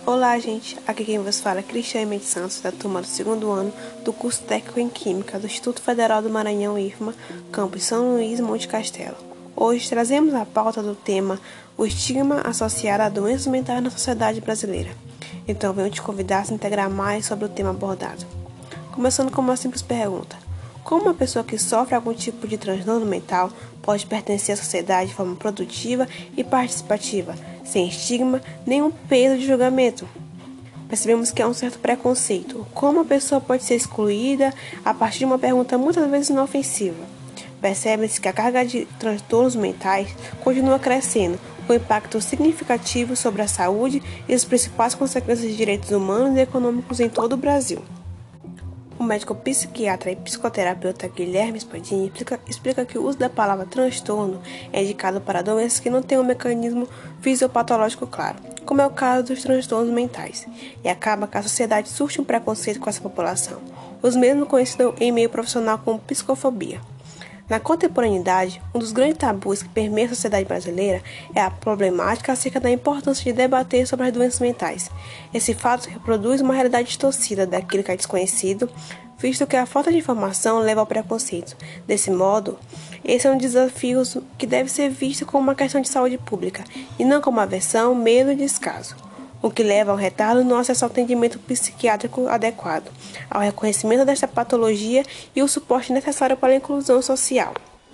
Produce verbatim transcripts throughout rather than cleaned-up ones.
Olá, gente. Aqui quem vos fala é Cristiane Mendes Santos, da turma do segundo ano do curso técnico em Química do Instituto Federal do Maranhão, I F M A, campus São Luís, Monte Castelo. Hoje trazemos a pauta do tema o estigma associado a doenças mentais na sociedade brasileira. Então venho te convidar a se integrar mais sobre o tema abordado. Começando com uma simples pergunta: como uma pessoa que sofre algum tipo de transtorno mental pode pertencer à sociedade de forma produtiva e participativa, sem estigma, nenhum peso de julgamento? Percebemos que há um certo preconceito. Como a pessoa pode ser excluída a partir de uma pergunta muitas vezes inofensiva? Percebe-se que a carga de transtornos mentais continua crescendo, com impacto significativo sobre a saúde e as principais consequências de direitos humanos e econômicos em todo o Brasil. O médico psiquiatra e psicoterapeuta Guilherme Spadini explica, explica que o uso da palavra transtorno é indicado para doenças que não têm um mecanismo fisiopatológico claro, como é o caso dos transtornos mentais, e acaba que a sociedade surte um preconceito com essa população, os mesmos conhecidos em meio profissional como psicofobia. Na contemporaneidade, um dos grandes tabus que permeia a sociedade brasileira é a problemática acerca da importância de debater sobre as doenças mentais. Esse fato reproduz uma realidade distorcida daquilo que é desconhecido, visto que a falta de informação leva ao preconceito. Desse modo, esse é um desafio que deve ser visto como uma questão de saúde pública, e não como aversão, medo e descaso, o que leva ao retardo no acesso ao atendimento psiquiátrico adequado, ao reconhecimento desta patologia e o suporte necessário para a inclusão social.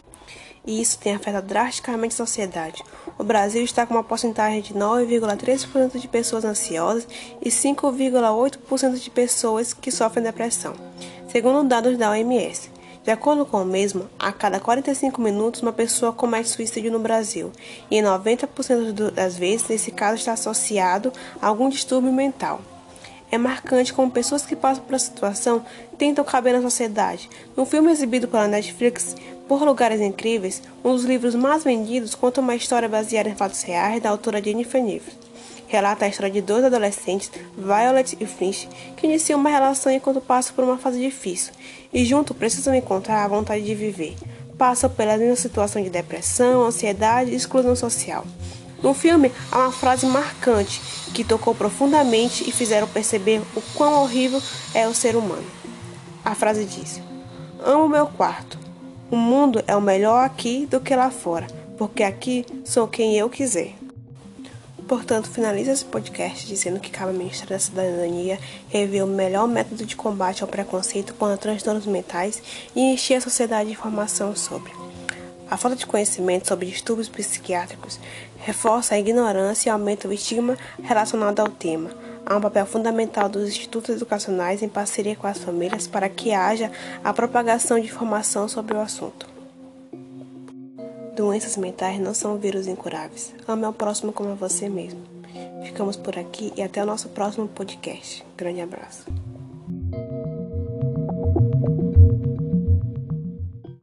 E isso tem afetado drasticamente a sociedade. O Brasil está com uma porcentagem de nove vírgula três por cento de pessoas ansiosas e cinco vírgula oito por cento de pessoas que sofrem depressão, segundo dados da O M S. De acordo com o mesmo, a cada quarenta e cinco minutos uma pessoa comete suicídio no Brasil, e em noventa por cento das vezes esse caso está associado a algum distúrbio mental. É marcante como pessoas que passam por essa situação tentam caber na sociedade. No filme exibido pela Netflix, Por Lugares Incríveis, um dos livros mais vendidos conta uma história baseada em fatos reais da autora Jennifer Niven. Relata a história de dois adolescentes, Violet e Finch, que iniciam uma relação enquanto passam por uma fase difícil e juntos precisam encontrar a vontade de viver. Passam pela mesma situação de depressão, ansiedade e exclusão social. No filme, há uma frase marcante que tocou profundamente e fizeram perceber o quão horrível é o ser humano. A frase diz: "Amo meu quarto. O mundo é o melhor aqui do que lá fora, porque aqui sou quem eu quiser." Portanto, finalizo esse podcast dizendo que cabe ao Ministério da Cidadania rever o melhor método de combate ao preconceito contra transtornos mentais e encher a sociedade de informação sobre. A falta de conhecimento sobre distúrbios psiquiátricos reforça a ignorância e aumenta o estigma relacionado ao tema. Há um papel fundamental dos institutos educacionais em parceria com as famílias para que haja a propagação de informação sobre o assunto. Doenças mentais não são vírus incuráveis. Ame ao próximo como a você mesmo. Ficamos por aqui e até o nosso próximo podcast. Grande abraço.